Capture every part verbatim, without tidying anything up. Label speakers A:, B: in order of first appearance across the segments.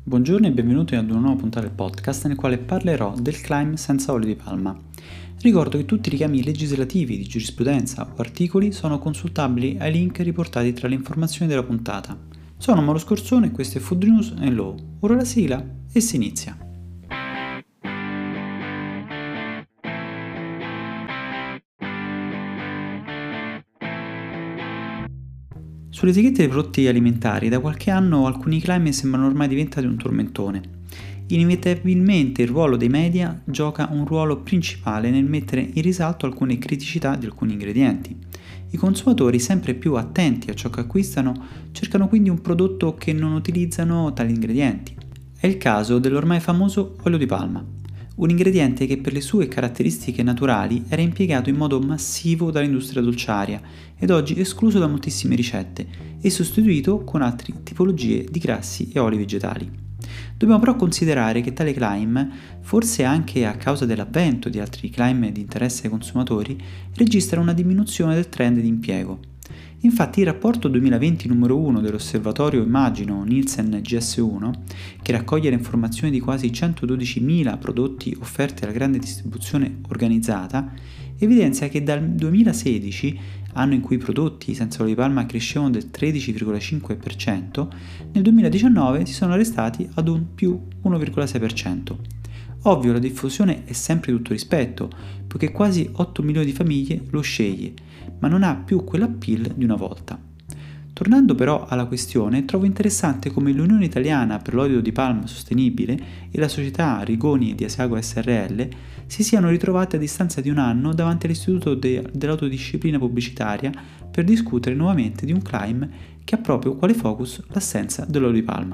A: Buongiorno e benvenuti ad una nuova puntata del podcast nel quale parlerò del climb senza olio di palma. Ricordo che tutti i richiami legislativi di giurisprudenza o articoli sono consultabili ai link riportati tra le informazioni della puntata. Sono Mauro Scorsone e questo è Food News and Law. Ora la sigla e si inizia. Sulle etichette dei prodotti alimentari da qualche anno alcuni climb sembrano ormai diventati un tormentone. Inevitabilmente il ruolo dei media gioca un ruolo principale nel mettere in risalto alcune criticità di alcuni ingredienti. I consumatori, sempre più attenti a ciò che acquistano, cercano quindi un prodotto che non utilizzano tali ingredienti. È il caso dell'ormai famoso olio di palma, un ingrediente che per le sue caratteristiche naturali era impiegato in modo massivo dall'industria dolciaria ed oggi escluso da moltissime ricette e sostituito con altre tipologie di grassi e oli vegetali. Dobbiamo però considerare che tale climb, forse anche a causa dell'avvento di altri climb di interesse ai consumatori, registra una diminuzione del trend di impiego. Infatti il rapporto duemilaventi numero uno dell'osservatorio Immagino Nielsen G S uno, che raccoglie le informazioni di quasi centododicimila prodotti offerti alla grande distribuzione organizzata, evidenzia che dal duemilasedici, anno in cui i prodotti senza olio di palma crescevano del tredici virgola cinque per cento, nel duemiladiciannove si sono arrestati ad un più uno virgola sei per cento. Ovvio, la diffusione è sempre tutto rispetto, poiché quasi otto milioni di famiglie lo sceglie, ma non ha più quell'appeal di una volta. Tornando però alla questione, trovo interessante come l'Unione Italiana per l'olio di palma sostenibile e la società Rigoni di Asiago S R L si siano ritrovate a distanza di un anno davanti all'Istituto de- dell'Autodisciplina Pubblicitaria per discutere nuovamente di un climb che ha proprio quale focus l'assenza dell'olio di palma.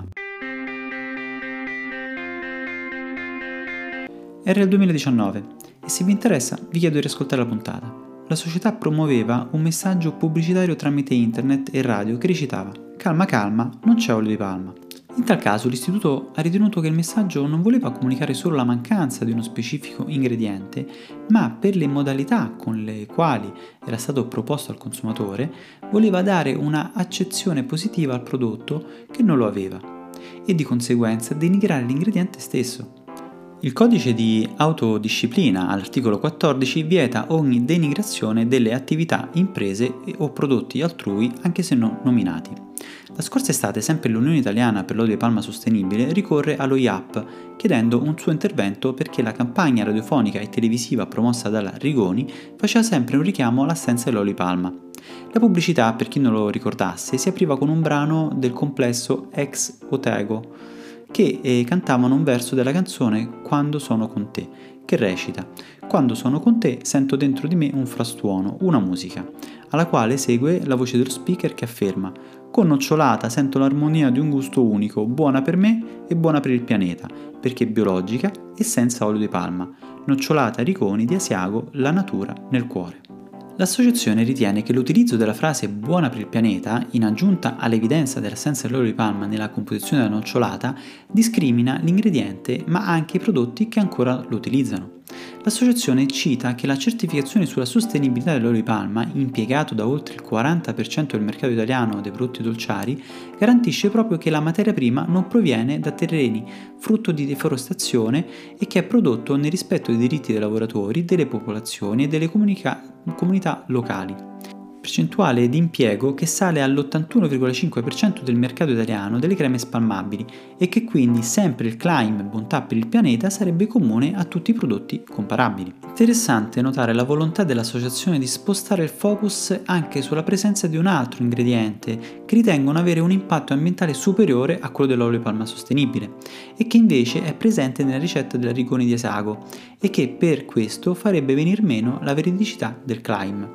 A: Era il duemiladiciannove e se vi interessa vi chiedo di riascoltare la puntata. La società promuoveva un messaggio pubblicitario tramite internet e radio che recitava «Calma calma, non c'è olio di palma». In tal caso l'istituto ha ritenuto che il messaggio non voleva comunicare solo la mancanza di uno specifico ingrediente, ma per le modalità con le quali era stato proposto al consumatore, voleva dare una accezione positiva al prodotto che non lo aveva e di conseguenza denigrare l'ingrediente stesso. Il codice di autodisciplina all'articolo quattordici vieta ogni denigrazione delle attività, imprese o prodotti altrui anche se non nominati. La scorsa estate sempre l'Unione Italiana per l'olio di palma sostenibile ricorre allo I A P chiedendo un suo intervento perché la campagna radiofonica e televisiva promossa dalla Rigoni faceva sempre un richiamo all'assenza dell'olio di palma. La pubblicità, per chi non lo ricordasse, si apriva con un brano del complesso Ex Otego che eh, cantavano un verso della canzone Quando sono con te, che recita «Quando sono con te sento dentro di me un frastuono, una musica», alla quale segue la voce dello speaker che afferma «Con nocciolata sento l'armonia di un gusto unico, buona per me e buona per il pianeta, perché è biologica e senza olio di palma. Nocciolata Rigoni di Asiago, la natura nel cuore». L'associazione ritiene che l'utilizzo della frase buona per il pianeta, in aggiunta all'evidenza dell'assenza dell'olio di palma nella composizione della nocciolata, discrimina l'ingrediente ma anche i prodotti che ancora lo utilizzano. L'associazione cita che la certificazione sulla sostenibilità dell'olio di palma, impiegato da oltre il quaranta per cento del mercato italiano dei prodotti dolciari, garantisce proprio che la materia prima non proviene da terreni frutto di deforestazione e che è prodotto nel rispetto dei diritti dei lavoratori, delle popolazioni e delle comunica- comunità locali. Percentuale di impiego che sale all'ottantuno virgola cinque per cento del mercato italiano delle creme spalmabili e che quindi sempre il climb bontà per il pianeta sarebbe comune a tutti i prodotti comparabili. Interessante notare la volontà dell'associazione di spostare il focus anche sulla presenza di un altro ingrediente che ritengono avere un impatto ambientale superiore a quello dell'olio di palma sostenibile e che invece è presente nella ricetta della Rigoni di Asiago e che per questo farebbe venir meno la veridicità del climb.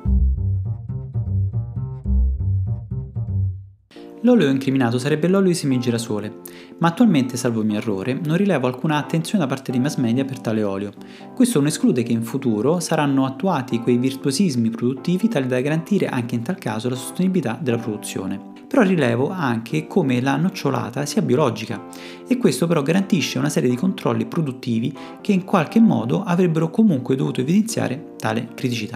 A: L'olio incriminato sarebbe l'olio di semi di girasole, ma attualmente, salvo il mio errore, non rilevo alcuna attenzione da parte dei mass media per tale olio. Questo non esclude che in futuro saranno attuati quei virtuosismi produttivi tali da garantire anche in tal caso la sostenibilità della produzione. Però rilevo anche come la nocciolata sia biologica e questo però garantisce una serie di controlli produttivi che in qualche modo avrebbero comunque dovuto evidenziare tale criticità.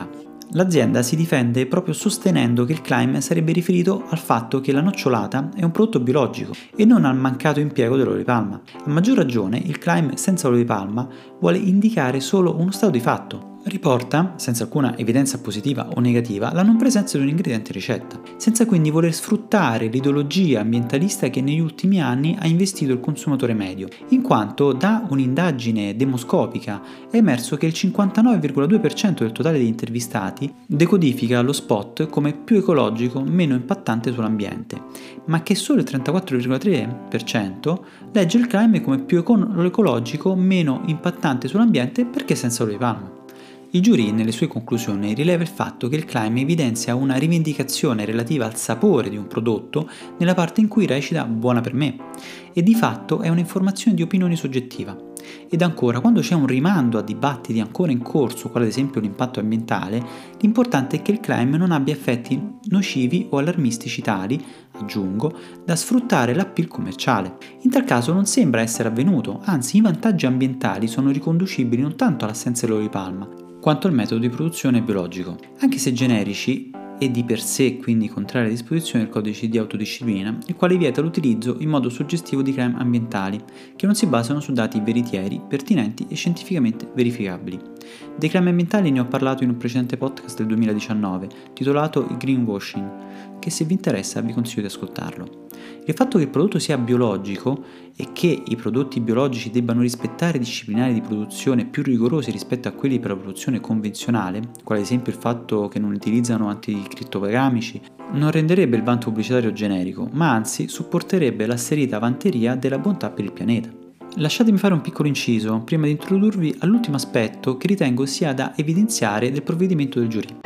A: L'azienda si difende proprio sostenendo che il claim sarebbe riferito al fatto che la nocciolata è un prodotto biologico e non al mancato impiego dell'olio di palma. A maggior ragione, il claim senza olio di palma vuole indicare solo uno stato di fatto. Riporta, senza alcuna evidenza positiva o negativa, la non presenza di un ingrediente in ricetta, senza quindi voler sfruttare l'ideologia ambientalista che negli ultimi anni ha investito il consumatore medio, in quanto da un'indagine demoscopica è emerso che il cinquantanove virgola due per cento del totale degli intervistati decodifica lo spot come più ecologico, meno impattante sull'ambiente, ma che solo il trentaquattro virgola tre per cento legge il claim come più ecologico, meno impattante sull'ambiente perché senza olio di palma. Il giurì, nelle sue conclusioni, rileva il fatto che il claim evidenzia una rivendicazione relativa al sapore di un prodotto nella parte in cui recita buona per me, e di fatto è un'informazione di opinione soggettiva. Ed ancora, quando c'è un rimando a dibattiti ancora in corso, quale ad esempio l'impatto ambientale, l'importante è che il claim non abbia effetti nocivi o allarmistici tali, aggiungo, da sfruttare l'appeal commerciale. In tal caso non sembra essere avvenuto, anzi i vantaggi ambientali sono riconducibili non tanto all'assenza dell'olio di palma, quanto al metodo di produzione biologico. Anche se generici e di per sé quindi contrari alle disposizioni del codice di autodisciplina, il quale vieta l'utilizzo in modo suggestivo di claim ambientali che non si basano su dati veritieri, pertinenti e scientificamente verificabili. Dei claim ambientali ne ho parlato in un precedente podcast del duemiladiciannove, titolato Il greenwashing, che se vi interessa vi consiglio di ascoltarlo. Il fatto che il prodotto sia biologico e che i prodotti biologici debbano rispettare disciplinari di produzione più rigorosi rispetto a quelli per la produzione convenzionale, quale ad esempio il fatto che non utilizzano anticrittopagamici, non renderebbe il vanto pubblicitario generico, ma anzi supporterebbe l'asserita vanteria della bontà per il pianeta. Lasciatemi fare un piccolo inciso prima di introdurvi all'ultimo aspetto che ritengo sia da evidenziare del provvedimento del giurì.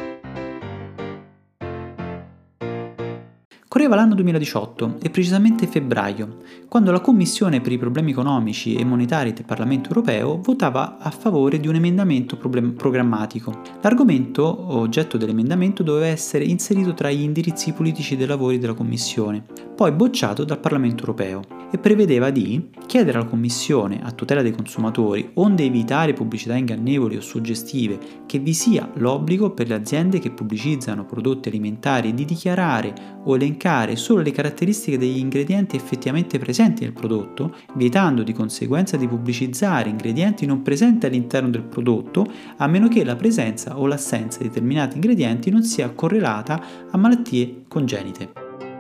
A: Correva l'anno duemiladiciotto e precisamente febbraio, quando la Commissione per i problemi economici e monetari del Parlamento europeo votava a favore di un emendamento problem- programmatico. L'argomento oggetto dell'emendamento doveva essere inserito tra gli indirizzi politici dei lavori della Commissione, poi bocciato dal Parlamento europeo, e prevedeva di chiedere alla Commissione a tutela dei consumatori, onde evitare pubblicità ingannevoli o suggestive, che vi sia l'obbligo per le aziende che pubblicizzano prodotti alimentari di dichiarare o elencare solo le caratteristiche degli ingredienti effettivamente presenti nel prodotto, vietando di conseguenza di pubblicizzare ingredienti non presenti all'interno del prodotto, a meno che la presenza o l'assenza di determinati ingredienti non sia correlata a malattie congenite.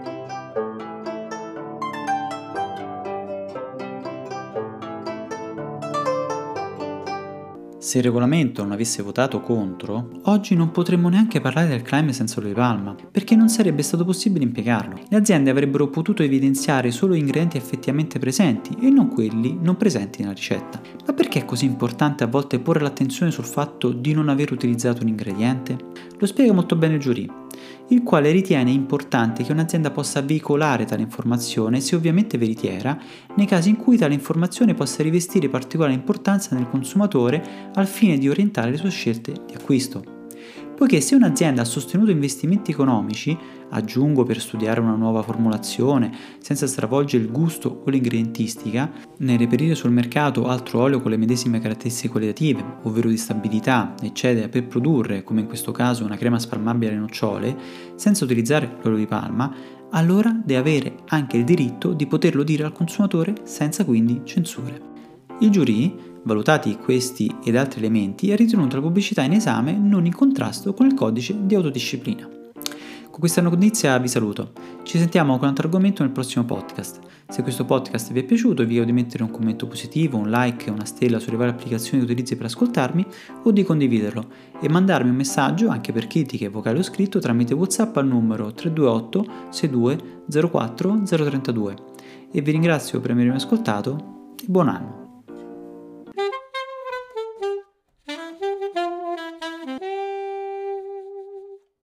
A: Se il regolamento non avesse votato contro, oggi non potremmo neanche parlare del claim senza olio di palma, perché non sarebbe stato possibile impiegarlo. Le aziende avrebbero potuto evidenziare solo gli ingredienti effettivamente presenti e non quelli non presenti nella ricetta. Ma perché è così importante a volte porre l'attenzione sul fatto di non aver utilizzato un ingrediente? Lo spiega molto bene il giurì, il quale ritiene importante che un'azienda possa veicolare tale informazione, se ovviamente veritiera, nei casi in cui tale informazione possa rivestire particolare importanza nel consumatore al fine di orientare le sue scelte di acquisto. Poiché se un'azienda ha sostenuto investimenti economici, aggiungo per studiare una nuova formulazione, senza stravolgere il gusto o l'ingredientistica, nel reperire sul mercato altro olio con le medesime caratteristiche qualitative, ovvero di stabilità, eccetera, per produrre, come in questo caso, una crema spalmabile alle nocciole, senza utilizzare l'olio di palma, allora deve avere anche il diritto di poterlo dire al consumatore senza quindi censure. Il giurì, valutati questi ed altri elementi, ha ritenuto la pubblicità in esame non in contrasto con il codice di autodisciplina. Con questa notizia vi saluto. Ci sentiamo con un altro argomento nel prossimo podcast. Se questo podcast vi è piaciuto, vi chiedo di mettere un commento positivo, un like e una stella sulle varie applicazioni che utilizzi per ascoltarmi o di condividerlo e mandarmi un messaggio anche per critiche, vocali o scritto tramite WhatsApp al numero tre due otto sei due zero quattro zero tre due. E vi ringrazio per avermi ascoltato e buon anno!